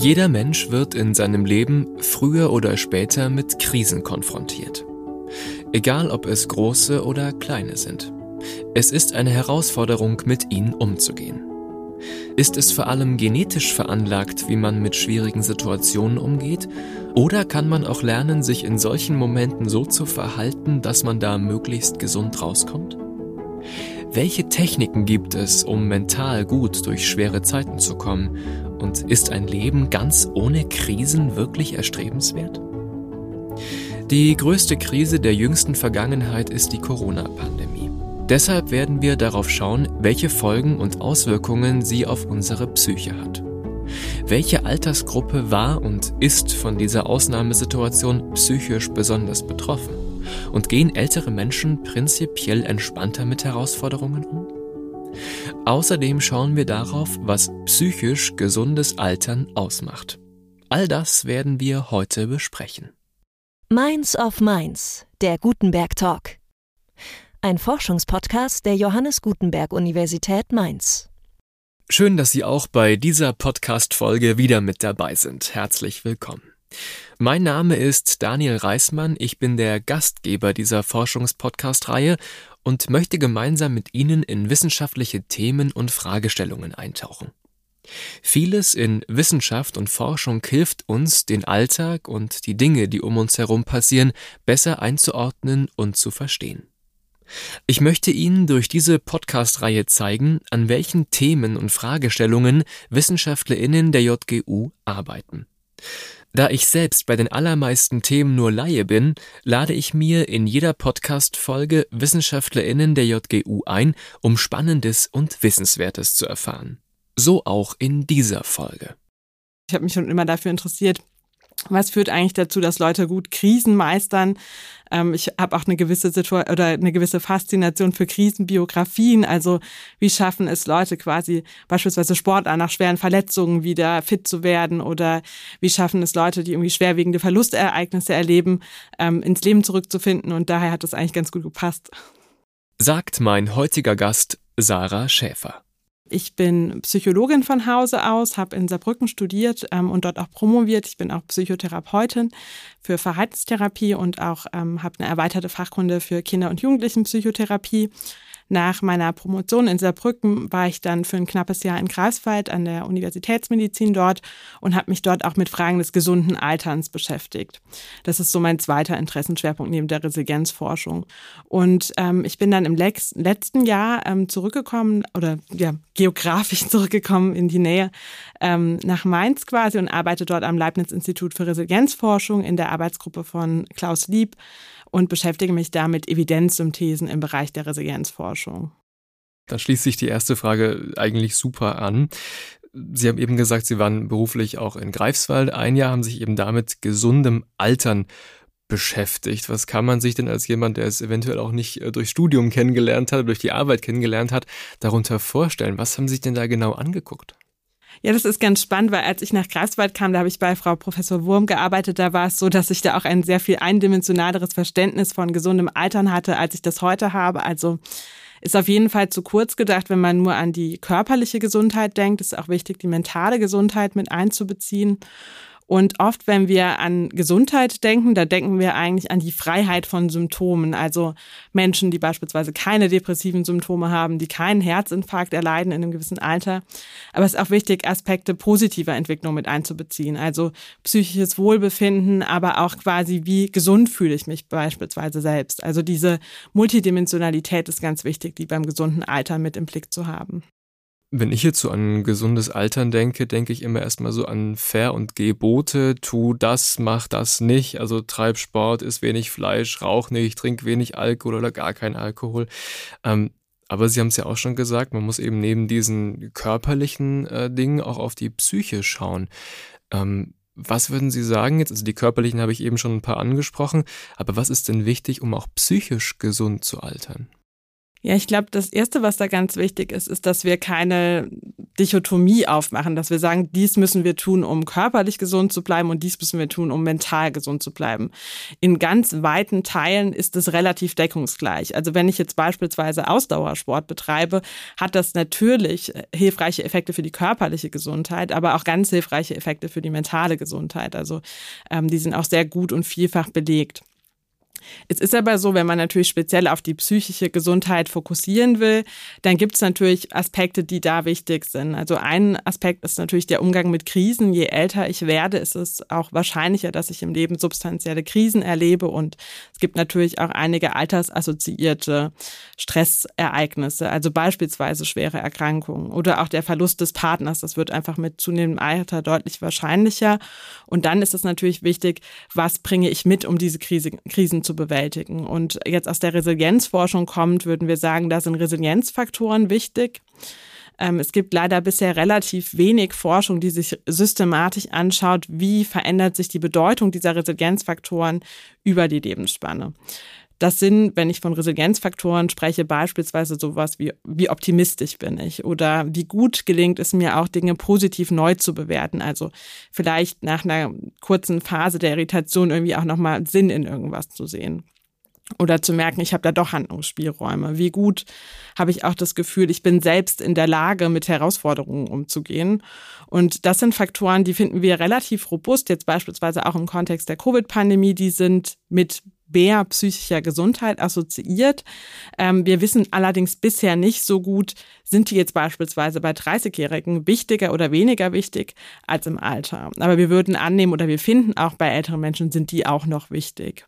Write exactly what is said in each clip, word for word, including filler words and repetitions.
Jeder Mensch wird in seinem Leben früher oder später mit Krisen konfrontiert. Egal, ob es große oder kleine sind. Es ist eine Herausforderung, mit ihnen umzugehen. Ist es vor allem genetisch veranlagt, wie man mit schwierigen Situationen umgeht? Oder kann man auch lernen, sich in solchen Momenten so zu verhalten, dass man da möglichst gesund rauskommt? Welche Techniken gibt es, um mental gut durch schwere Zeiten zu kommen? Und ist ein Leben ganz ohne Krisen wirklich erstrebenswert? Die größte Krise der jüngsten Vergangenheit ist die Corona-Pandemie. Deshalb werden wir darauf schauen, welche Folgen und Auswirkungen sie auf unsere Psyche hat. Welche Altersgruppe war und ist von dieser Ausnahmesituation psychisch besonders betroffen? Und gehen ältere Menschen prinzipiell entspannter mit Herausforderungen um? Außerdem schauen wir darauf, was psychisch gesundes Altern ausmacht. All das werden wir heute besprechen. Minds of Mainz, der Gutenberg Talk. Ein Forschungspodcast der Johannes Gutenberg Universität Mainz. Schön, dass Sie auch bei dieser Podcast-Folge wieder mit dabei sind. Herzlich willkommen. Mein Name ist Daniel Reismann, ich bin der Gastgeber dieser Forschungspodcast-Reihe und möchte gemeinsam mit Ihnen in wissenschaftliche Themen und Fragestellungen eintauchen. Vieles in Wissenschaft und Forschung hilft uns, den Alltag und die Dinge, die um uns herum passieren, besser einzuordnen und zu verstehen. Ich möchte Ihnen durch diese Podcast-Reihe zeigen, an welchen Themen und Fragestellungen WissenschaftlerInnen der J G U arbeiten. Da ich selbst bei den allermeisten Themen nur Laie bin, lade ich mir in jeder Podcast-Folge WissenschaftlerInnen der J G U ein, um Spannendes und Wissenswertes zu erfahren. So auch in dieser Folge. Ich habe mich schon immer dafür interessiert, was führt eigentlich dazu, dass Leute gut Krisen meistern. Ähm, ich habe auch eine gewisse Situa- oder eine gewisse Faszination für Krisenbiografien. Also wie schaffen es Leute quasi beispielsweise Sportler nach schweren Verletzungen wieder fit zu werden oder wie schaffen es Leute, die irgendwie schwerwiegende Verlustereignisse erleben, ähm, ins Leben zurückzufinden. Und daher hat das eigentlich ganz gut gepasst. Sagt mein heutiger Gast Sarah Schäfer. Ich bin Psychologin von Hause aus, habe in Saarbrücken studiert ähm, und dort auch promoviert. Ich bin auch Psychotherapeutin für Verhaltenstherapie und auch ähm, habe eine erweiterte Fachkunde für Kinder- und Jugendlichenpsychotherapie. Nach meiner Promotion in Saarbrücken war ich dann für ein knappes Jahr in Greifswald an der Universitätsmedizin dort und habe mich dort auch mit Fragen des gesunden Alterns beschäftigt. Das ist so mein zweiter Interessenschwerpunkt neben der Resilienzforschung. Und ähm, ich bin dann im lex- letzten Jahr ähm, zurückgekommen oder ja geografisch zurückgekommen in die Nähe ähm, nach Mainz quasi und arbeite dort am Leibniz-Institut für Resilienzforschung in der Arbeitsgruppe von Klaus Lieb und beschäftige mich da mit Evidenzsynthesen im Bereich der Resilienzforschung. Da schließt sich die erste Frage eigentlich super an. Sie haben eben gesagt, Sie waren beruflich auch in Greifswald. Ein Jahr haben sich eben damit gesundem Altern beschäftigt. Was kann man sich denn als jemand, der es eventuell auch nicht durch Studium kennengelernt hat, durch die Arbeit kennengelernt hat, darunter vorstellen? Was haben Sie sich denn da genau angeguckt? Ja, das ist ganz spannend, weil als ich nach Greifswald kam, da habe ich bei Frau Professor Wurm gearbeitet, da war es so, dass ich da auch ein sehr viel eindimensionaleres Verständnis von gesundem Altern hatte, als ich das heute habe. Also ist auf jeden Fall zu kurz gedacht, wenn man nur an die körperliche Gesundheit denkt. Es ist auch wichtig, die mentale Gesundheit mit einzubeziehen. Und oft, wenn wir an Gesundheit denken, da denken wir eigentlich an die Freiheit von Symptomen. Also Menschen, die beispielsweise keine depressiven Symptome haben, die keinen Herzinfarkt erleiden in einem gewissen Alter. Aber es ist auch wichtig, Aspekte positiver Entwicklung mit einzubeziehen. Also psychisches Wohlbefinden, aber auch quasi, wie gesund fühle ich mich beispielsweise selbst. Also diese Multidimensionalität ist ganz wichtig, die beim gesunden Altern mit im Blick zu haben. Wenn ich jetzt so an gesundes Altern denke, denke ich immer erstmal so an Ver- und Gebote. Tu das, mach das nicht. Also treib Sport, iss wenig Fleisch, rauch nicht, trink wenig Alkohol oder gar kein Alkohol. Ähm, aber Sie haben es ja auch schon gesagt, man muss eben neben diesen körperlichen äh, Dingen auch auf die Psyche schauen. Ähm, was würden Sie sagen jetzt? Also die körperlichen habe ich eben schon ein paar angesprochen. Aber was ist denn wichtig, um auch psychisch gesund zu altern? Ja, ich glaube, das Erste, was da ganz wichtig ist, ist, dass wir keine Dichotomie aufmachen, dass wir sagen, dies müssen wir tun, um körperlich gesund zu bleiben und dies müssen wir tun, um mental gesund zu bleiben. In ganz weiten Teilen ist es relativ deckungsgleich. Also wenn ich jetzt beispielsweise Ausdauersport betreibe, hat das natürlich hilfreiche Effekte für die körperliche Gesundheit, aber auch ganz hilfreiche Effekte für die mentale Gesundheit. Also ähm, die sind auch sehr gut und vielfach belegt. Es ist aber so, wenn man natürlich speziell auf die psychische Gesundheit fokussieren will, dann gibt es natürlich Aspekte, die da wichtig sind. Also ein Aspekt ist natürlich der Umgang mit Krisen. Je älter ich werde, ist es auch wahrscheinlicher, dass ich im Leben substanzielle Krisen erlebe. Und es gibt natürlich auch einige altersassoziierte Stressereignisse, also beispielsweise schwere Erkrankungen oder auch der Verlust des Partners. Das wird einfach mit zunehmendem Alter deutlich wahrscheinlicher. Und dann ist es natürlich wichtig, was bringe ich mit, um diese Krise, Krisen zu bewältigen. Und jetzt aus der Resilienzforschung kommt, würden wir sagen, da sind Resilienzfaktoren wichtig. Ähm, es gibt leider bisher relativ wenig Forschung, die sich systematisch anschaut, wie verändert sich die Bedeutung dieser Resilienzfaktoren über die Lebensspanne. Das sind, wenn ich von Resilienzfaktoren spreche, beispielsweise sowas wie, wie optimistisch bin ich oder wie gut gelingt es mir auch, Dinge positiv neu zu bewerten. Also vielleicht nach einer kurzen Phase der Irritation irgendwie auch nochmal Sinn in irgendwas zu sehen. Oder zu merken, ich habe da doch Handlungsspielräume. Wie gut habe ich auch das Gefühl, ich bin selbst in der Lage, mit Herausforderungen umzugehen. Und das sind Faktoren, die finden wir relativ robust, jetzt beispielsweise auch im Kontext der Covid-Pandemie. Die sind mit mehr psychischer Gesundheit assoziiert. Ähm, wir wissen allerdings bisher nicht so gut, sind die jetzt beispielsweise bei dreißigjährigen wichtiger oder weniger wichtig als im Alter. Aber wir würden annehmen oder wir finden auch bei älteren Menschen sind die auch noch wichtig.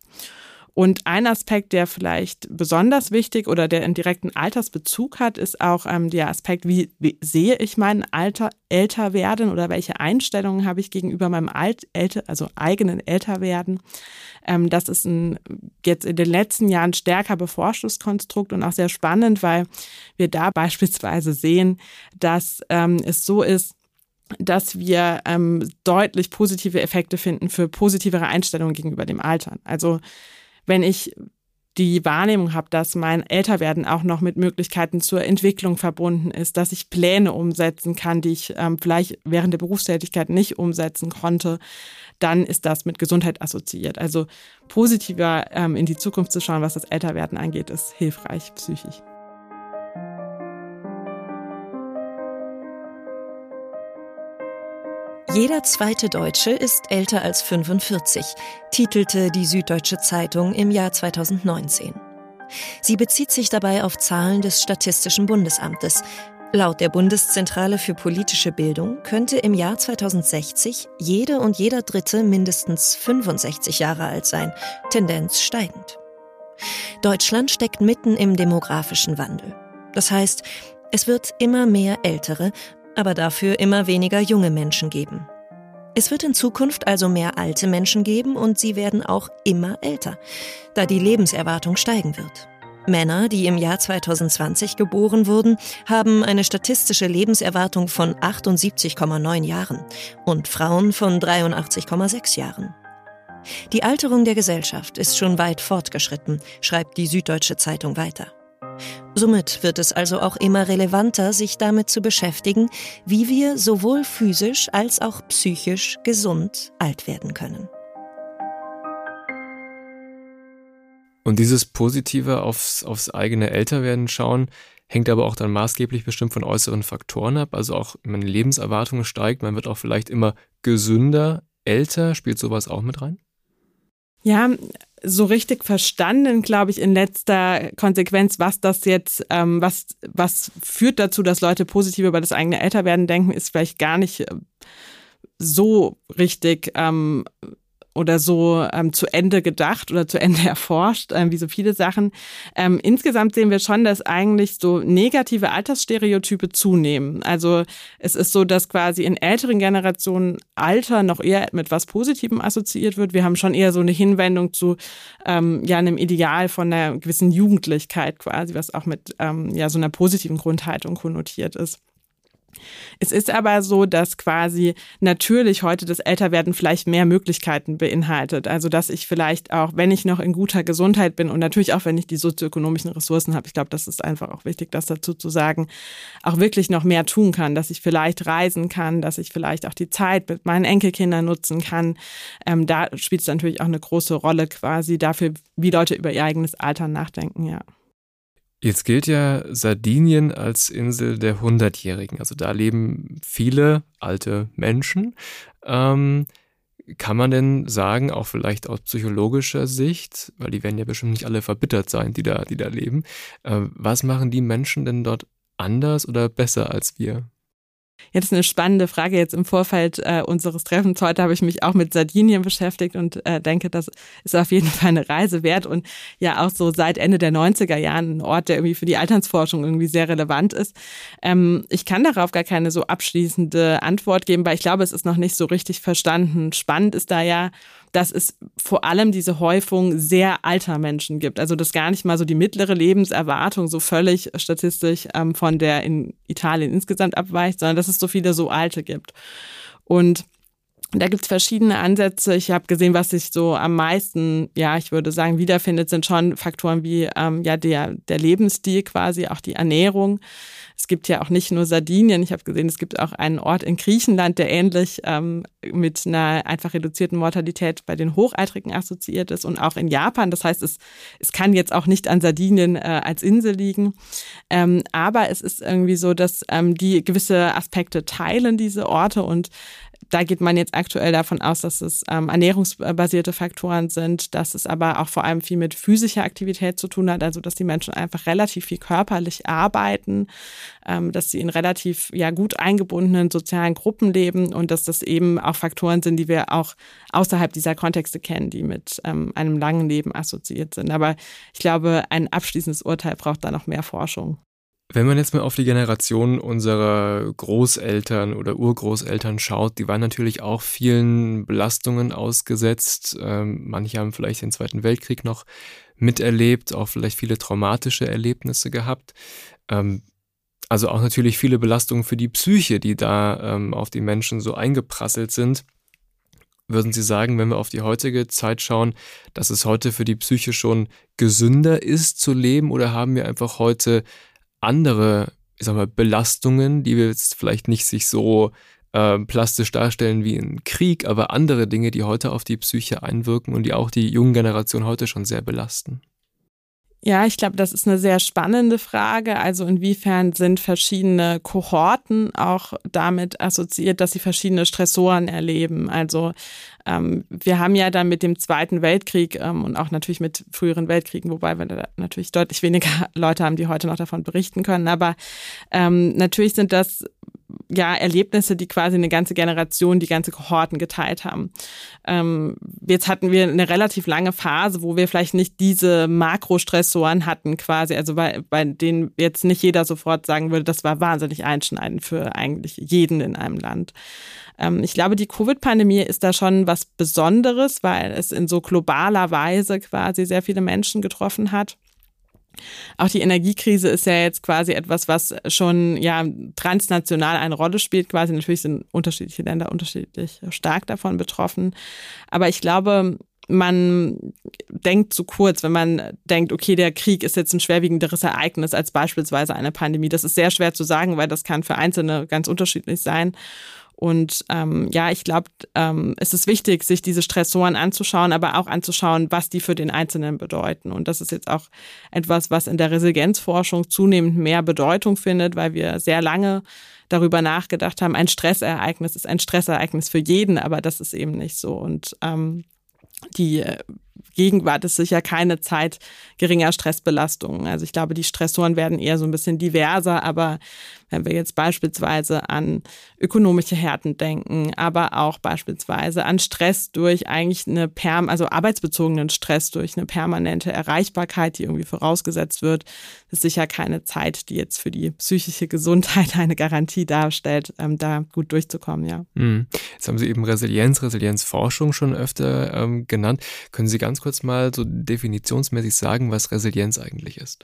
Und ein Aspekt, der vielleicht besonders wichtig oder der einen direkten Altersbezug hat, ist auch ähm, der Aspekt, wie, wie sehe ich mein Alter älter werden oder welche Einstellungen habe ich gegenüber meinem Alt, älter, also eigenen Älterwerden. Ähm, das ist ein jetzt in den letzten Jahren stärker beforschtes Konstrukt und auch sehr spannend, weil wir da beispielsweise sehen, dass ähm, es so ist, dass wir ähm, deutlich positive Effekte finden für positivere Einstellungen gegenüber dem Altern. Also wenn ich die Wahrnehmung habe, dass mein Älterwerden auch noch mit Möglichkeiten zur Entwicklung verbunden ist, dass ich Pläne umsetzen kann, die ich ähm, vielleicht während der Berufstätigkeit nicht umsetzen konnte, dann ist das mit Gesundheit assoziiert. Also positiver ähm, in die Zukunft zu schauen, was das Älterwerden angeht, ist hilfreich psychisch. Jeder zweite Deutsche ist älter als fünfundvierzig, titelte die Süddeutsche Zeitung im Jahr zweitausendneunzehn. Sie bezieht sich dabei auf Zahlen des Statistischen Bundesamtes. Laut der Bundeszentrale für politische Bildung könnte im Jahr zweitausendsechzig jede und jeder Dritte mindestens fünfundsechzig Jahre alt sein, Tendenz steigend. Deutschland steckt mitten im demografischen Wandel. Das heißt, es wird immer mehr ältere, aber dafür immer weniger junge Menschen geben. Es wird in Zukunft also mehr alte Menschen geben und sie werden auch immer älter, da die Lebenserwartung steigen wird. Männer, die im Jahr zweitausendzwanzig geboren wurden, haben eine statistische Lebenserwartung von achtundsiebzig Komma neun Jahren und Frauen von dreiundachtzig Komma sechs Jahren. Die Alterung der Gesellschaft ist schon weit fortgeschritten, schreibt die Süddeutsche Zeitung weiter. Somit wird es also auch immer relevanter, sich damit zu beschäftigen, wie wir sowohl physisch als auch psychisch gesund alt werden können. Und dieses Positive aufs, aufs eigene Älterwerden schauen, hängt aber auch dann maßgeblich bestimmt von äußeren Faktoren ab. Also auch, meine Lebenserwartung steigt, man wird auch vielleicht immer gesünder, älter. Spielt sowas auch mit rein? Ja, so richtig verstanden, glaube ich, in letzter Konsequenz, was das jetzt, ähm, was, was führt dazu, dass Leute positiv über das eigene Älterwerden denken, ist vielleicht gar nicht so richtig ähm, oder so ähm, zu Ende gedacht oder zu Ende erforscht, ähm, wie so viele Sachen. Ähm, insgesamt sehen wir schon, dass eigentlich so negative Altersstereotype zunehmen. Also es ist so, dass quasi in älteren Generationen Alter noch eher mit was Positivem assoziiert wird. Wir haben schon eher so eine Hinwendung zu ähm, ja einem Ideal von einer gewissen Jugendlichkeit quasi, was auch mit ähm, ja so einer positiven Grundhaltung konnotiert ist. Es ist aber so, dass quasi natürlich heute das Älterwerden vielleicht mehr Möglichkeiten beinhaltet. Also dass ich vielleicht auch, wenn ich noch in guter Gesundheit bin und natürlich auch, wenn ich die sozioökonomischen Ressourcen habe, ich glaube, das ist einfach auch wichtig, das dazu zu sagen, auch wirklich noch mehr tun kann, dass ich vielleicht reisen kann, dass ich vielleicht auch die Zeit mit meinen Enkelkindern nutzen kann. Ähm, da spielt es natürlich auch eine große Rolle quasi dafür, wie Leute über ihr eigenes Alter nachdenken, ja. Jetzt gilt ja Sardinien als Insel der Hundertjährigen. Also da leben viele alte Menschen. Ähm, kann man denn sagen, auch vielleicht aus psychologischer Sicht, weil die werden ja bestimmt nicht alle verbittert sein, die da, die da leben, äh, was machen die Menschen denn dort anders oder besser als wir? Jetzt eine spannende Frage. Jetzt im Vorfeld äh, unseres Treffens heute habe ich mich auch mit Sardinien beschäftigt und äh, denke, das ist auf jeden Fall eine Reise wert und ja auch so seit Ende der neunziger Jahren ein Ort, der irgendwie für die Altersforschung irgendwie sehr relevant ist. Ähm, ich kann darauf gar keine so abschließende Antwort geben, weil ich glaube, es ist noch nicht so richtig verstanden. Spannend ist da ja, dass es vor allem diese Häufung sehr alter Menschen gibt. Also dass gar nicht mal so die mittlere Lebenserwartung so völlig statistisch ähm, von der in Italien insgesamt abweicht, sondern dass es so viele so alte gibt. Und da gibt es verschiedene Ansätze. Ich habe gesehen, was sich so am meisten, ja, ich würde sagen, wiederfindet, sind schon Faktoren wie ähm, ja der, der Lebensstil quasi, auch die Ernährung. Es gibt ja auch nicht nur Sardinien. Ich habe gesehen, es gibt auch einen Ort in Griechenland, der ähnlich ähm, mit einer einfach reduzierten Mortalität bei den Hochaltrigen assoziiert ist und auch in Japan. Das heißt, es, es kann jetzt auch nicht an Sardinien äh, als Insel liegen. Ähm, aber es ist irgendwie so, dass ähm, die gewisse Aspekte teilen, diese Orte, und da geht man jetzt aktuell davon aus, dass es ähm, ernährungsbasierte Faktoren sind, dass es aber auch vor allem viel mit physischer Aktivität zu tun hat, also dass die Menschen einfach relativ viel körperlich arbeiten, ähm, dass sie in relativ ja gut eingebundenen sozialen Gruppen leben und dass das eben auch Faktoren sind, die wir auch außerhalb dieser Kontexte kennen, die mit ähm, einem langen Leben assoziiert sind. Aber ich glaube, ein abschließendes Urteil braucht da noch mehr Forschung. Wenn man jetzt mal auf die Generation unserer Großeltern oder Urgroßeltern schaut, die waren natürlich auch vielen Belastungen ausgesetzt. Ähm, manche haben vielleicht den Zweiten Weltkrieg noch miterlebt, auch vielleicht viele traumatische Erlebnisse gehabt. Ähm, also auch natürlich viele Belastungen für die Psyche, die da ähm, auf die Menschen so eingeprasselt sind. Würden Sie sagen, wenn wir auf die heutige Zeit schauen, dass es heute für die Psyche schon gesünder ist zu leben, oder haben wir einfach heute andere, ich sag mal, Belastungen, die wir jetzt vielleicht nicht sich so äh, plastisch darstellen wie ein Krieg, aber andere Dinge, die heute auf die Psyche einwirken und die auch die jungen Generationen heute schon sehr belasten? Ja, ich glaube, das ist eine sehr spannende Frage. Also inwiefern sind verschiedene Kohorten auch damit assoziiert, dass sie verschiedene Stressoren erleben? Also ähm, wir haben ja dann mit dem Zweiten Weltkrieg ähm, und auch natürlich mit früheren Weltkriegen, wobei wir da natürlich deutlich weniger Leute haben, die heute noch davon berichten können. Aber ähm, natürlich sind das ja Erlebnisse, die quasi eine ganze Generation, die ganze Kohorten geteilt haben. Ähm, jetzt hatten wir eine relativ lange Phase, wo wir vielleicht nicht diese Makrostressoren hatten quasi, also bei, bei denen jetzt nicht jeder sofort sagen würde, das war wahnsinnig einschneidend für eigentlich jeden in einem Land. Ähm, ich glaube, die Covid-Pandemie ist da schon was Besonderes, weil es in so globaler Weise quasi sehr viele Menschen getroffen hat. Auch die Energiekrise ist ja jetzt quasi etwas, was schon ja transnational eine Rolle spielt. Quasi natürlich sind unterschiedliche Länder unterschiedlich stark davon betroffen. Aber ich glaube, man denkt zu kurz, wenn man denkt, okay, der Krieg ist jetzt ein schwerwiegenderes Ereignis als beispielsweise eine Pandemie. Das ist sehr schwer zu sagen, weil das kann für Einzelne ganz unterschiedlich sein. Und ähm, ja, ich glaube, ähm, es ist wichtig, sich diese Stressoren anzuschauen, aber auch anzuschauen, was die für den Einzelnen bedeuten. Und das ist jetzt auch etwas, was in der Resilienzforschung zunehmend mehr Bedeutung findet, weil wir sehr lange darüber nachgedacht haben, ein Stressereignis ist ein Stressereignis für jeden, aber das ist eben nicht so. Und ähm, die Gegenwart ist sicher keine Zeit geringer Stressbelastungen. Also ich glaube, die Stressoren werden eher so ein bisschen diverser, aber wenn wir jetzt beispielsweise an ökonomische Härten denken, aber auch beispielsweise an Stress durch eigentlich eine perm, also arbeitsbezogenen Stress durch eine permanente Erreichbarkeit, die irgendwie vorausgesetzt wird, ist sicher keine Zeit, die jetzt für die psychische Gesundheit eine Garantie darstellt, ähm, da gut durchzukommen, ja. Mhm. Jetzt haben Sie eben Resilienz, Resilienzforschung schon öfter ähm, genannt. Können Sie ganz kurz mal so definitionsmäßig sagen, was Resilienz eigentlich ist?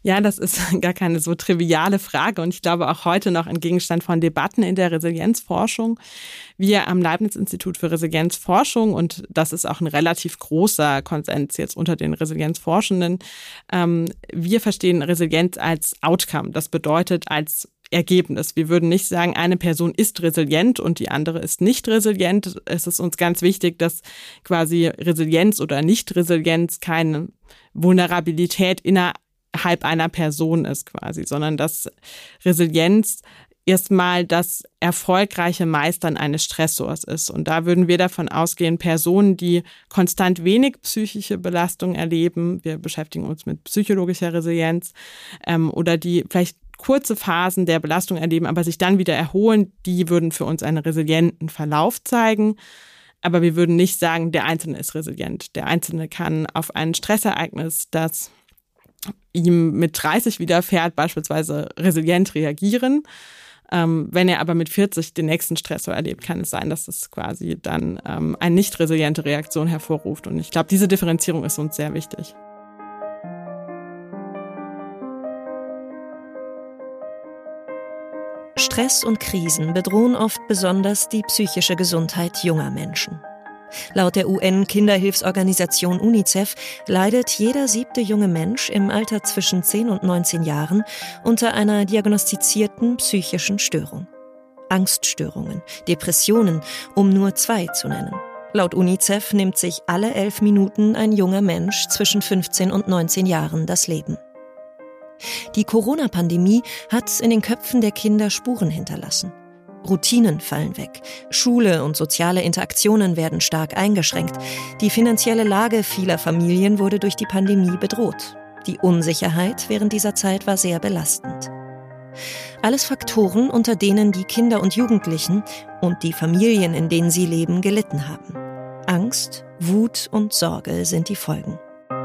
Ja, das ist gar keine so triviale Frage und ich glaube auch heute noch ein Gegenstand von Debatten in der Resilienzforschung. Wir am Leibniz-Institut für Resilienzforschung, und das ist auch ein relativ großer Konsens jetzt unter den Resilienzforschenden, ähm, wir verstehen Resilienz als Outcome. Das bedeutet als Ergebnis. Wir würden nicht sagen, eine Person ist resilient und die andere ist nicht resilient. Es ist uns ganz wichtig, dass quasi Resilienz oder Nicht-Resilienz keine Vulnerabilität innerhalb einer Person ist quasi, sondern dass Resilienz erstmal das erfolgreiche Meistern eines Stressors ist. Und da würden wir davon ausgehen, Personen, die konstant wenig psychische Belastung erleben, wir beschäftigen uns mit psychologischer Resilienz, ähm, oder die vielleicht kurze Phasen der Belastung erleben, aber sich dann wieder erholen, die würden für uns einen resilienten Verlauf zeigen. Aber wir würden nicht sagen, der Einzelne ist resilient. Der Einzelne kann auf ein Stressereignis, das ihm mit dreißig widerfährt, beispielsweise resilient reagieren. Ähm, wenn er aber mit vierzig den nächsten Stressor erlebt, kann es sein, dass es quasi dann ähm, eine nicht resiliente Reaktion hervorruft. Und ich glaube, diese Differenzierung ist uns sehr wichtig. Stress und Krisen bedrohen oft besonders die psychische Gesundheit junger Menschen. Laut der U N-Kinderhilfsorganisation UNICEF leidet jeder siebte junge Mensch im Alter zwischen zehn und neunzehn Jahren unter einer diagnostizierten psychischen Störung. Angststörungen, Depressionen, um nur zwei zu nennen. Laut UNICEF nimmt sich alle elf Minuten ein junger Mensch zwischen fünfzehn und neunzehn Jahren das Leben. Die Corona-Pandemie hat in den Köpfen der Kinder Spuren hinterlassen. Routinen fallen weg, Schule und soziale Interaktionen werden stark eingeschränkt. Die finanzielle Lage vieler Familien wurde durch die Pandemie bedroht. Die Unsicherheit während dieser Zeit war sehr belastend. Alles Faktoren, unter denen die Kinder und Jugendlichen und die Familien, in denen sie leben, gelitten haben. Angst, Wut und Sorge sind die Folgen.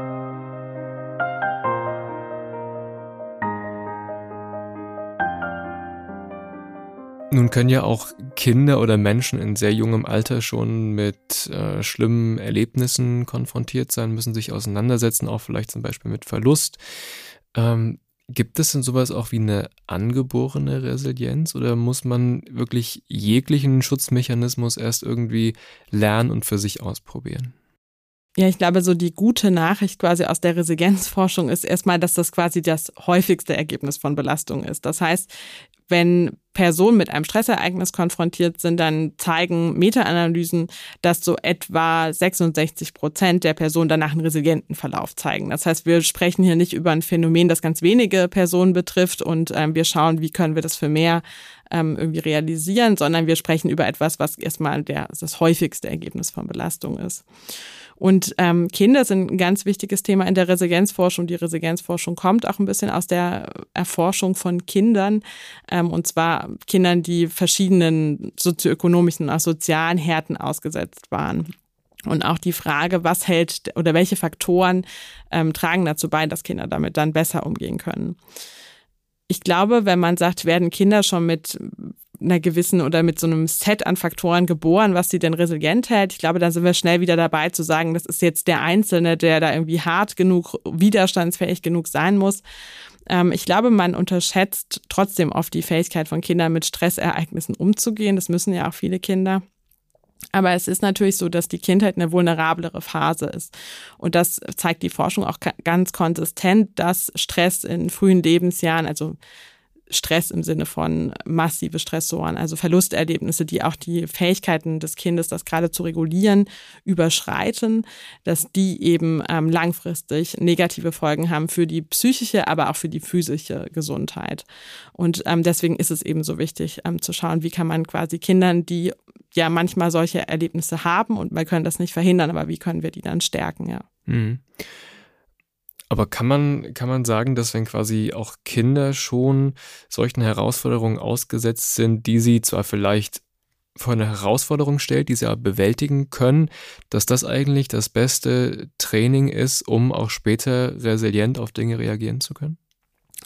Nun können ja auch Kinder oder Menschen in sehr jungem Alter schon mit äh, schlimmen Erlebnissen konfrontiert sein, müssen sich auseinandersetzen, auch vielleicht zum Beispiel mit Verlust. Ähm, gibt es denn sowas auch wie eine angeborene Resilienz oder muss man wirklich jeglichen Schutzmechanismus erst irgendwie lernen und für sich ausprobieren? Ja, ich glaube, so die gute Nachricht quasi aus der Resilienzforschung ist erstmal, dass das quasi das häufigste Ergebnis von Belastung ist. Das heißt, wenn Personen mit einem Stressereignis konfrontiert sind, dann zeigen Meta-Analysen, dass so etwa sechsundsechzig Prozent der Personen danach einen resilienten Verlauf zeigen. Das heißt, wir sprechen hier nicht über ein Phänomen, das ganz wenige Personen betrifft und ähm, wir schauen, wie können wir das für mehr ähm, irgendwie realisieren, sondern wir sprechen über etwas, was erstmal der, das häufigste Ergebnis von Belastung ist. Und ähm, Kinder sind ein ganz wichtiges Thema in der Resilienzforschung. Die Resilienzforschung kommt auch ein bisschen aus der Erforschung von Kindern, ähm, und zwar Kindern, die verschiedenen sozioökonomischen, auch sozialen Härten ausgesetzt waren. Und auch die Frage, was hält oder welche Faktoren ähm, tragen dazu bei, dass Kinder damit dann besser umgehen können. Ich glaube, wenn man sagt, werden Kinder schon mit einer gewissen oder mit so einem Set an Faktoren geboren, was sie denn resilient hält, ich glaube, dann sind wir schnell wieder dabei zu sagen, das ist jetzt der Einzelne, der da irgendwie hart genug, widerstandsfähig genug sein muss. Ähm, ich glaube, man unterschätzt trotzdem oft die Fähigkeit von Kindern, mit Stressereignissen umzugehen. Das müssen ja auch viele Kinder. Aber es ist natürlich so, dass die Kindheit eine vulnerablere Phase ist. Und das zeigt die Forschung auch ganz konsistent, dass Stress in frühen Lebensjahren, also Stress im Sinne von massive Stressoren, also Verlusterlebnisse, die auch die Fähigkeiten des Kindes, das gerade zu regulieren, überschreiten, dass die eben ähm, langfristig negative Folgen haben für die psychische, aber auch für die physische Gesundheit. Und ähm, deswegen ist es eben so wichtig, ähm, zu schauen, wie kann man quasi Kindern, die ja manchmal solche Erlebnisse haben und wir können das nicht verhindern, aber wie können wir die dann stärken, ja. Mhm. Aber kann man, kann man sagen, dass wenn quasi auch Kinder schon solchen Herausforderungen ausgesetzt sind, die sie zwar vielleicht vor eine Herausforderung stellt, die sie aber bewältigen können, dass das eigentlich das beste Training ist, um auch später resilient auf Dinge reagieren zu können?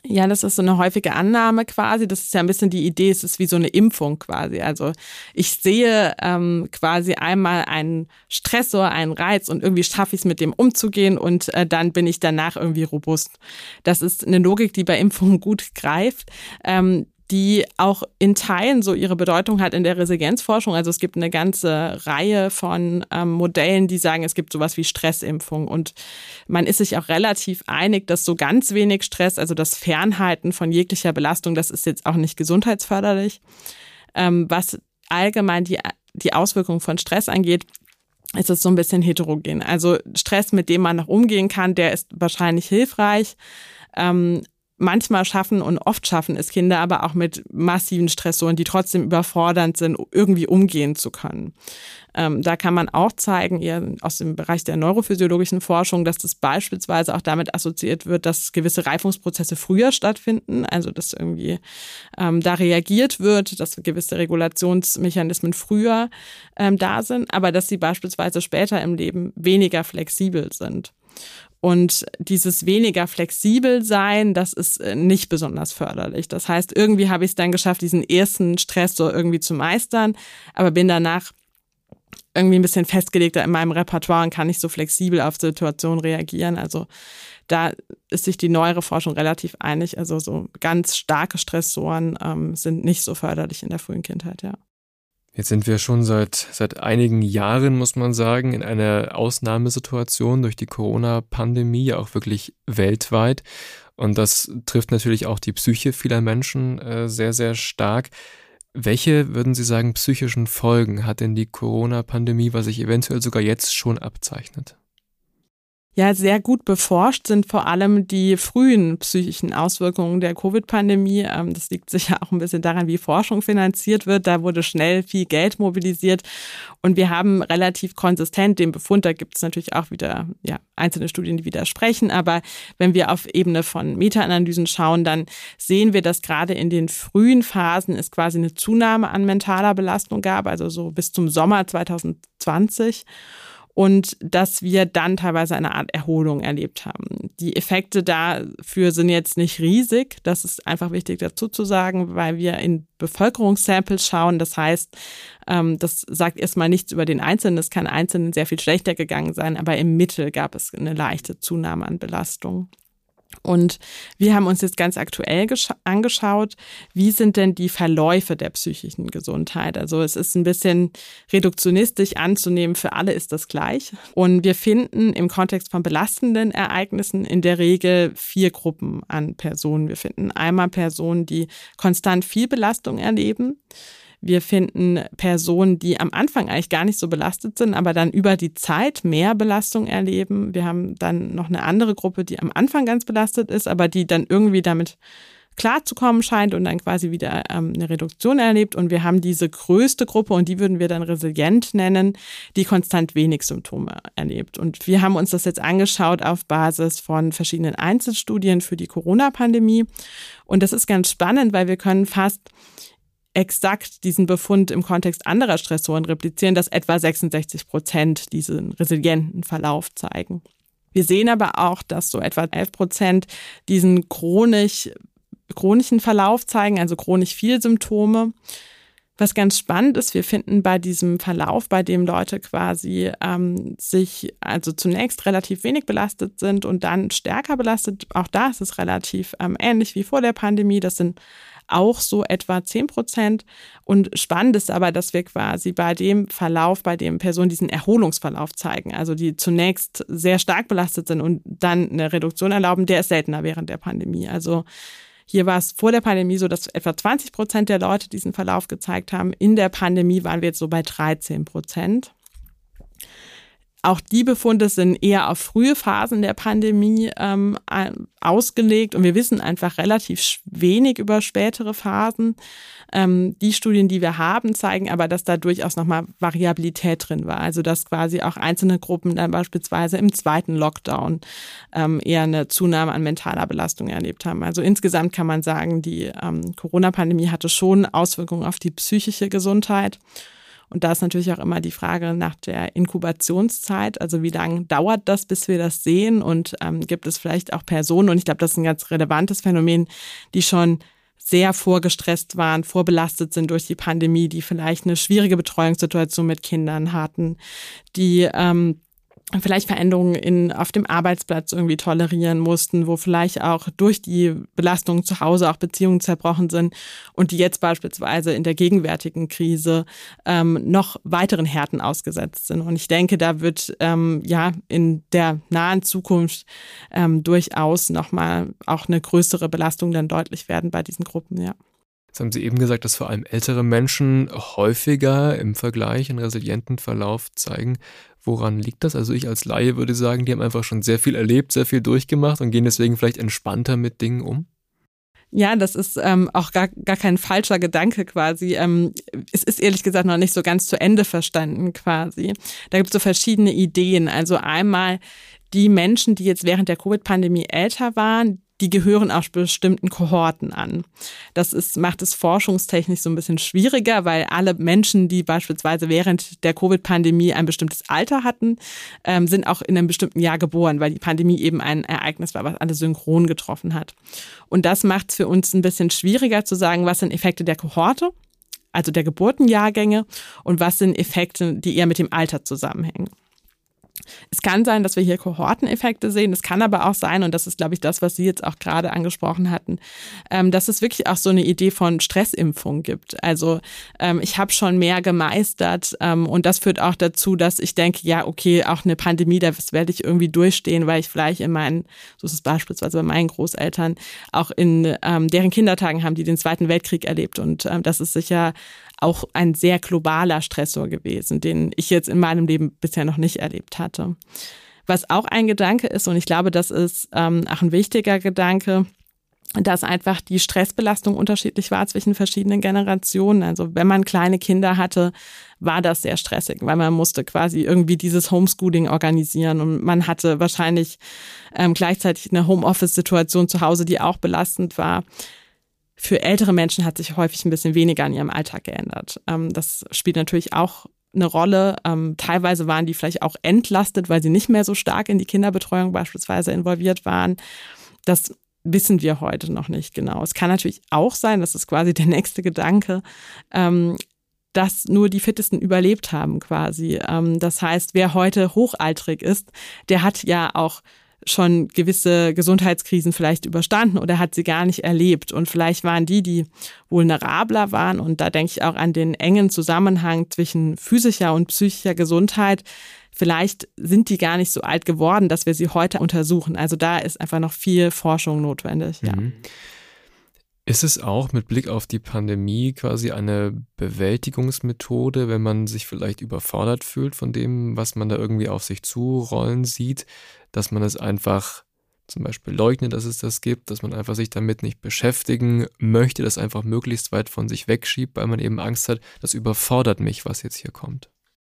Ja, das ist so eine häufige Annahme quasi. Das ist ja ein bisschen die Idee, es ist wie so eine Impfung quasi. Also ich sehe ähm, quasi einmal einen Stressor, einen Reiz und irgendwie schaffe ich es, mit dem umzugehen und äh, dann bin ich danach irgendwie robust. Das ist eine Logik, die bei Impfungen gut greift. Ähm, die auch in Teilen so ihre Bedeutung hat in der Resilienzforschung. Also es gibt eine ganze Reihe von ähm, Modellen, die sagen, es gibt sowas wie Stressimpfung. Und man ist sich auch relativ einig, dass so ganz wenig Stress, also das Fernhalten von jeglicher Belastung, das ist jetzt auch nicht gesundheitsförderlich. Ähm, was allgemein die, die Auswirkungen von Stress angeht, ist es so ein bisschen heterogen. Also Stress, mit dem man noch umgehen kann, der ist wahrscheinlich hilfreich. Ähm, Manchmal schaffen und oft schaffen es Kinder aber auch mit massiven Stressoren, die trotzdem überfordernd sind, irgendwie umgehen zu können. Ähm, da kann man auch zeigen, eher aus dem Bereich der neurophysiologischen Forschung, dass das beispielsweise auch damit assoziiert wird, dass gewisse Reifungsprozesse früher stattfinden, also dass irgendwie ähm, da reagiert wird, dass gewisse Regulationsmechanismen früher ähm, da sind, aber dass sie beispielsweise später im Leben weniger flexibel sind. Und dieses weniger flexibel sein, das ist nicht besonders förderlich. Das heißt, irgendwie habe ich es dann geschafft, diesen ersten Stressor irgendwie zu meistern, aber bin danach irgendwie ein bisschen festgelegter in meinem Repertoire und kann nicht so flexibel auf Situationen reagieren. Also da ist sich die neuere Forschung relativ einig. Also so ganz starke Stressoren ähm, sind nicht so förderlich in der frühen Kindheit, ja. Jetzt sind wir schon seit, seit einigen Jahren, muss man sagen, in einer Ausnahmesituation durch die Corona-Pandemie, ja auch wirklich weltweit. Und das trifft natürlich auch die Psyche vieler Menschen äh, sehr, sehr stark. Welche, würden Sie sagen, psychischen Folgen hat denn die Corona-Pandemie, was sich eventuell sogar jetzt schon abzeichnet? Ja, sehr gut beforscht sind vor allem die frühen psychischen Auswirkungen der Covid-Pandemie. Das liegt sicher auch ein bisschen daran, wie Forschung finanziert wird. Da wurde schnell viel Geld mobilisiert und wir haben relativ konsistent den Befund, da gibt es natürlich auch wieder ja, einzelne Studien, die widersprechen, aber wenn wir auf Ebene von Meta-Analysen schauen, dann sehen wir, dass gerade in den frühen Phasen es quasi eine Zunahme an mentaler Belastung gab, also so bis zum Sommer zwanzig zwanzig. Und dass wir dann teilweise eine Art Erholung erlebt haben. Die Effekte dafür sind jetzt nicht riesig, das ist einfach wichtig dazu zu sagen, weil wir in Bevölkerungssamples schauen. Das heißt, das sagt erstmal nichts über den Einzelnen, es kann Einzelnen sehr viel schlechter gegangen sein, aber im Mittel gab es eine leichte Zunahme an Belastung. Und wir haben uns jetzt ganz aktuell gescha- angeschaut, wie sind denn die Verläufe der psychischen Gesundheit? Also es ist ein bisschen reduktionistisch anzunehmen, für alle ist das gleich. Und wir finden im Kontext von belastenden Ereignissen in der Regel vier Gruppen an Personen. Wir finden einmal Personen, die konstant viel Belastung erleben. Wir finden Personen, die am Anfang eigentlich gar nicht so belastet sind, aber dann über die Zeit mehr Belastung erleben. Wir haben dann noch eine andere Gruppe, die am Anfang ganz belastet ist, aber die dann irgendwie damit klarzukommen scheint und dann quasi wieder ähm, eine Reduktion erlebt. Und wir haben diese größte Gruppe, und die würden wir dann resilient nennen, die konstant wenig Symptome erlebt. Und wir haben uns das jetzt angeschaut auf Basis von verschiedenen Einzelstudien für die Corona-Pandemie. Und das ist ganz spannend, weil wir können fast exakt diesen Befund im Kontext anderer Stressoren replizieren, dass etwa sechsundsechzig Prozent diesen resilienten Verlauf zeigen. Wir sehen aber auch, dass so etwa elf Prozent diesen chronisch, chronischen Verlauf zeigen, also chronisch viel Symptome. Was ganz spannend ist, wir finden bei diesem Verlauf, bei dem Leute quasi ähm, sich also zunächst relativ wenig belastet sind und dann stärker belastet, auch da ist es relativ ähm, ähnlich wie vor der Pandemie, das sind auch so etwa zehn Prozent. Und spannend ist aber, dass wir quasi bei dem Verlauf, bei dem Personen diesen Erholungsverlauf zeigen, also die zunächst sehr stark belastet sind und dann eine Reduktion erlauben, der ist seltener während der Pandemie. Also hier war es vor der Pandemie so, dass etwa zwanzig Prozent der Leute diesen Verlauf gezeigt haben. In der Pandemie waren wir jetzt so bei dreizehn Prozent. Auch die Befunde sind eher auf frühe Phasen der Pandemie ähm, ausgelegt und wir wissen einfach relativ wenig über spätere Phasen. Ähm, die Studien, die wir haben, zeigen aber, dass da durchaus nochmal Variabilität drin war. Also dass quasi auch einzelne Gruppen dann beispielsweise im zweiten Lockdown ähm, eher eine Zunahme an mentaler Belastung erlebt haben. Also insgesamt kann man sagen, die ähm, Corona-Pandemie hatte schon Auswirkungen auf die psychische Gesundheit. Und da ist natürlich auch immer die Frage nach der Inkubationszeit, also wie lange dauert das, bis wir das sehen und ähm, gibt es vielleicht auch Personen, und ich glaube, das ist ein ganz relevantes Phänomen, die schon sehr vorgestresst waren, vorbelastet sind durch die Pandemie, die vielleicht eine schwierige Betreuungssituation mit Kindern hatten, die ähm, vielleicht Veränderungen in, auf dem Arbeitsplatz irgendwie tolerieren mussten, wo vielleicht auch durch die Belastungen zu Hause auch Beziehungen zerbrochen sind und die jetzt beispielsweise in der gegenwärtigen Krise ähm, noch weiteren Härten ausgesetzt sind. Und ich denke, da wird ähm, ja in der nahen Zukunft ähm, durchaus nochmal auch eine größere Belastung dann deutlich werden bei diesen Gruppen, ja. Jetzt haben Sie eben gesagt, dass vor allem ältere Menschen häufiger im Vergleich einen resilienten Verlauf zeigen. Woran liegt das? Also ich als Laie würde sagen, die haben einfach schon sehr viel erlebt, sehr viel durchgemacht und gehen deswegen vielleicht entspannter mit Dingen um? Ja, das ist ähm, auch gar, gar kein falscher Gedanke quasi. Ähm, es ist ehrlich gesagt noch nicht so ganz zu Ende verstanden quasi. Da gibt es so verschiedene Ideen. Also einmal die Menschen, die jetzt während der Covid-Pandemie älter waren, die gehören auch bestimmten Kohorten an. Das ist, macht es forschungstechnisch so ein bisschen schwieriger, weil alle Menschen, die beispielsweise während der Covid-Pandemie ein bestimmtes Alter hatten, ähm, sind auch in einem bestimmten Jahr geboren, weil die Pandemie eben ein Ereignis war, was alle synchron getroffen hat. Und das macht es für uns ein bisschen schwieriger zu sagen, was sind Effekte der Kohorte, also der Geburtenjahrgänge, und was sind Effekte, die eher mit dem Alter zusammenhängen. Es kann sein, dass wir hier Kohorteneffekte sehen. Es kann aber auch sein, und das ist, glaube ich, das, was Sie jetzt auch gerade angesprochen hatten, ähm, dass es wirklich auch so eine Idee von Stressimpfung gibt. Also ähm, ich habe schon mehr gemeistert ähm, und das führt auch dazu, dass ich denke, ja, okay, auch eine Pandemie, das werde ich irgendwie durchstehen, weil ich vielleicht in meinen, so ist es beispielsweise bei meinen Großeltern, auch in ähm, deren Kindertagen haben die den Zweiten Weltkrieg erlebt und ähm, das ist sicher auch ein sehr globaler Stressor gewesen, den ich jetzt in meinem Leben bisher noch nicht erlebt hatte. Was auch ein Gedanke ist, und ich glaube, das ist ähm, auch ein wichtiger Gedanke, dass einfach die Stressbelastung unterschiedlich war zwischen verschiedenen Generationen. Also wenn man kleine Kinder hatte, war das sehr stressig, weil man musste quasi irgendwie dieses Homeschooling organisieren und man hatte wahrscheinlich ähm, gleichzeitig eine Homeoffice-Situation zu Hause, die auch belastend war. Für ältere Menschen hat sich häufig ein bisschen weniger an ihrem Alltag geändert. Das spielt natürlich auch eine Rolle. Teilweise waren die vielleicht auch entlastet, weil sie nicht mehr so stark in die Kinderbetreuung beispielsweise involviert waren. Das wissen wir heute noch nicht genau. Es kann natürlich auch sein, das ist quasi der nächste Gedanke, dass nur die Fittesten überlebt haben quasi. Das heißt, wer heute hochaltrig ist, der hat ja auch schon gewisse Gesundheitskrisen vielleicht überstanden oder hat sie gar nicht erlebt. Und vielleicht waren die, die vulnerabler waren, und da denke ich auch an den engen Zusammenhang zwischen physischer und psychischer Gesundheit, vielleicht sind die gar nicht so alt geworden, dass wir sie heute untersuchen. Also da ist einfach noch viel Forschung notwendig. Ja. Mhm. Ist es auch mit Blick auf die Pandemie quasi eine Bewältigungsmethode, wenn man sich vielleicht überfordert fühlt von dem, was man da irgendwie auf sich zurollen sieht, dass man es einfach zum Beispiel leugnet, dass es das gibt, dass man einfach sich damit nicht beschäftigen möchte, das einfach möglichst weit von sich wegschiebt, weil man eben Angst hat, das überfordert mich, was jetzt hier kommt?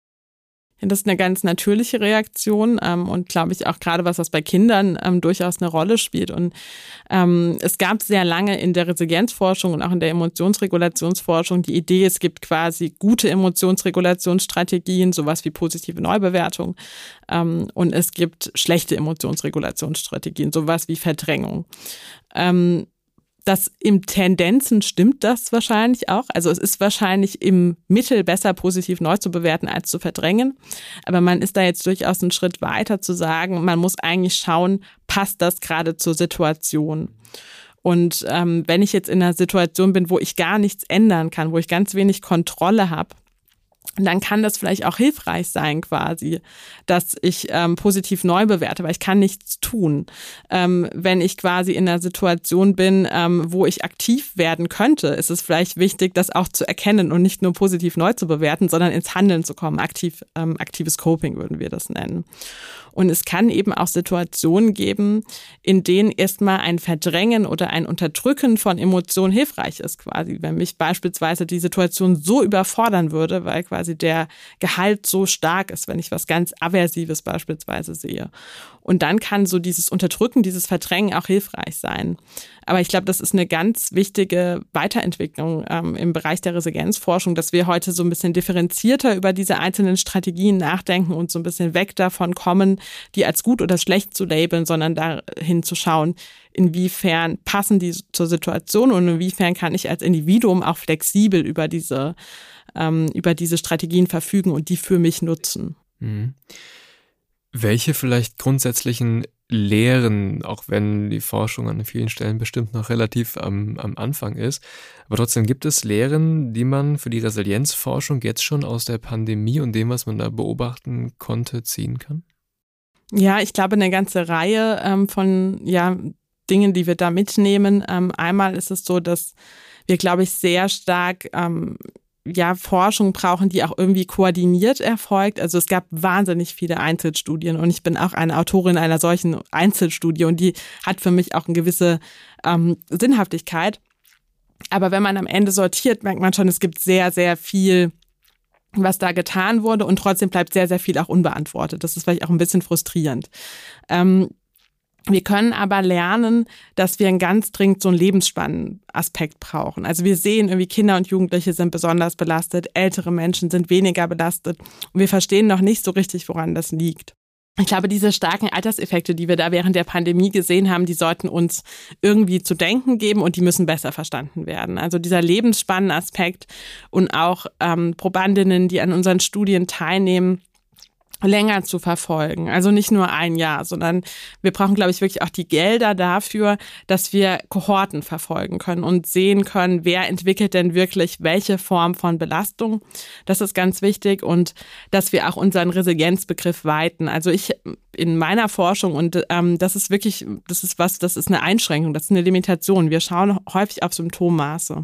Ja, das ist eine ganz natürliche Reaktion ähm, und glaube ich auch gerade was, was bei Kindern ähm, durchaus eine Rolle spielt. Und ähm, es gab sehr lange in der Resilienzforschung und auch in der Emotionsregulationsforschung die Idee, es gibt quasi gute Emotionsregulationsstrategien, sowas wie positive Neubewertung, ähm, und es gibt schlechte Emotionsregulationsstrategien, sowas wie Verdrängung. Ähm, Das im Tendenzen stimmt das wahrscheinlich auch. Also es ist wahrscheinlich im Mittel besser, positiv neu zu bewerten, als zu verdrängen. Aber man ist da jetzt durchaus einen Schritt weiter zu sagen, man muss eigentlich schauen, passt das gerade zur Situation? Und ähm, wenn ich jetzt in einer Situation bin, wo ich gar nichts ändern kann, wo ich ganz wenig Kontrolle habe, dann kann das vielleicht auch hilfreich sein quasi, dass ich ähm, positiv neu bewerte, weil ich kann nichts tun. Ähm, wenn ich quasi in einer Situation bin, ähm, wo ich aktiv werden könnte, ist es vielleicht wichtig, das auch zu erkennen und nicht nur positiv neu zu bewerten, sondern ins Handeln zu kommen. Aktiv, ähm, aktives Coping würden wir das nennen. Und es kann eben auch Situationen geben, in denen erstmal ein Verdrängen oder ein Unterdrücken von Emotionen hilfreich ist quasi. Wenn mich beispielsweise die Situation so überfordern würde, weil quasi quasi der Gehalt so stark ist, wenn ich was ganz Aversives beispielsweise sehe. Und dann kann so dieses Unterdrücken, dieses Verdrängen auch hilfreich sein. Aber ich glaube, das ist eine ganz wichtige Weiterentwicklung ähm, im Bereich der Resilienzforschung, dass wir heute so ein bisschen differenzierter über diese einzelnen Strategien nachdenken und so ein bisschen weg davon kommen, die als gut oder schlecht zu labeln, sondern dahin zu schauen, inwiefern passen die zur Situation und inwiefern kann ich als Individuum auch flexibel über diese, ähm, über diese Strategien verfügen und die für mich nutzen. Mhm. Welche vielleicht grundsätzlichen Lehren, auch wenn die Forschung an vielen Stellen bestimmt noch relativ am, am Anfang ist, aber trotzdem gibt es Lehren, die man für die Resilienzforschung jetzt schon aus der Pandemie und dem, was man da beobachten konnte, ziehen kann? Ja, ich glaube, eine ganze Reihe ähm, von ja, Dingen, die wir da mitnehmen. Ähm, einmal ist es so, dass wir, glaube ich, sehr stark ähm, ja, Forschung brauchen, die auch irgendwie koordiniert erfolgt. Also es gab wahnsinnig viele Einzelstudien und ich bin auch eine Autorin einer solchen Einzelstudie und die hat für mich auch eine gewisse ähm, Sinnhaftigkeit. Aber wenn man am Ende sortiert, merkt man schon, es gibt sehr, sehr viel, was da getan wurde und trotzdem bleibt sehr, sehr viel auch unbeantwortet. Das ist vielleicht auch ein bisschen frustrierend. Ähm, Wir können aber lernen, dass wir einen ganz dringend so einen Lebensspannenaspekt brauchen. Also wir sehen irgendwie, Kinder und Jugendliche sind besonders belastet, ältere Menschen sind weniger belastet und wir verstehen noch nicht so richtig, woran das liegt. Ich glaube, diese starken Alterseffekte, die wir da während der Pandemie gesehen haben, die sollten uns irgendwie zu denken geben und die müssen besser verstanden werden. Also dieser Lebensspannenaspekt und auch ähm, Probandinnen, die an unseren Studien teilnehmen, länger zu verfolgen. Also nicht nur ein Jahr, sondern wir brauchen, glaube ich, wirklich auch die Gelder dafür, dass wir Kohorten verfolgen können und sehen können, wer entwickelt denn wirklich welche Form von Belastung. Das ist ganz wichtig und dass wir auch unseren Resilienzbegriff weiten. Also ich in meiner Forschung und ähm, das ist wirklich, das ist was, das ist eine Einschränkung, das ist eine Limitation. Wir schauen häufig auf Symptommaße.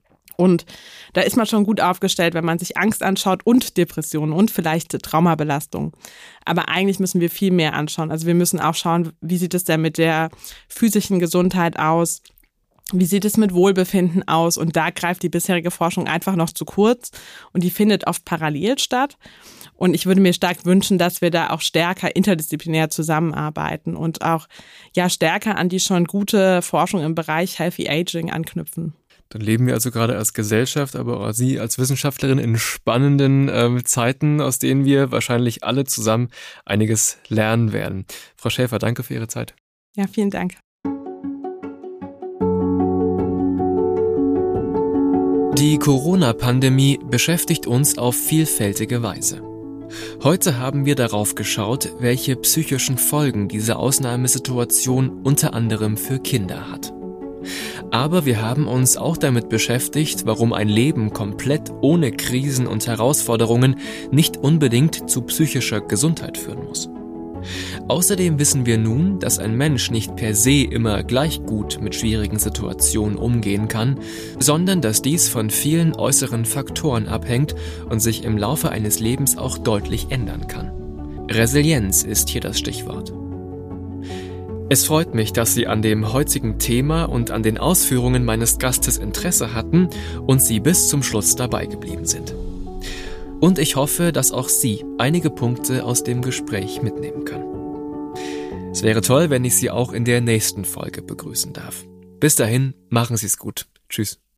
Und da ist man schon gut aufgestellt, wenn man sich Angst anschaut und Depressionen und vielleicht Traumabelastung. Aber eigentlich müssen wir viel mehr anschauen. Also wir müssen auch schauen, wie sieht es denn mit der physischen Gesundheit aus? Wie sieht es mit Wohlbefinden aus? Und da greift die bisherige Forschung einfach noch zu kurz und die findet oft parallel statt. Und ich würde mir stark wünschen, dass wir da auch stärker interdisziplinär zusammenarbeiten und auch ja stärker an die schon gute Forschung im Bereich Healthy Aging anknüpfen. Dann leben wir also gerade als Gesellschaft, aber auch Sie als Wissenschaftlerin in spannenden äh, Zeiten, aus denen wir wahrscheinlich alle zusammen einiges lernen werden. Frau Schäfer, danke für Ihre Zeit. Ja, vielen Dank. Die Corona-Pandemie beschäftigt uns auf vielfältige Weise. Heute haben wir darauf geschaut, welche psychischen Folgen diese Ausnahmesituation unter anderem für Kinder hat. Aber wir haben uns auch damit beschäftigt, warum ein Leben komplett ohne Krisen und Herausforderungen nicht unbedingt zu psychischer Gesundheit führen muss. Außerdem wissen wir nun, dass ein Mensch nicht per se immer gleich gut mit schwierigen Situationen umgehen kann, sondern dass dies von vielen äußeren Faktoren abhängt und sich im Laufe eines Lebens auch deutlich ändern kann. Resilienz ist hier das Stichwort. Es freut mich, dass Sie an dem heutigen Thema und an den Ausführungen meines Gastes Interesse hatten und Sie bis zum Schluss dabei geblieben sind. Und ich hoffe, dass auch Sie einige Punkte aus dem Gespräch mitnehmen können. Es wäre toll, wenn ich Sie auch in der nächsten Folge begrüßen darf. Bis dahin, machen Sie es gut. Tschüss.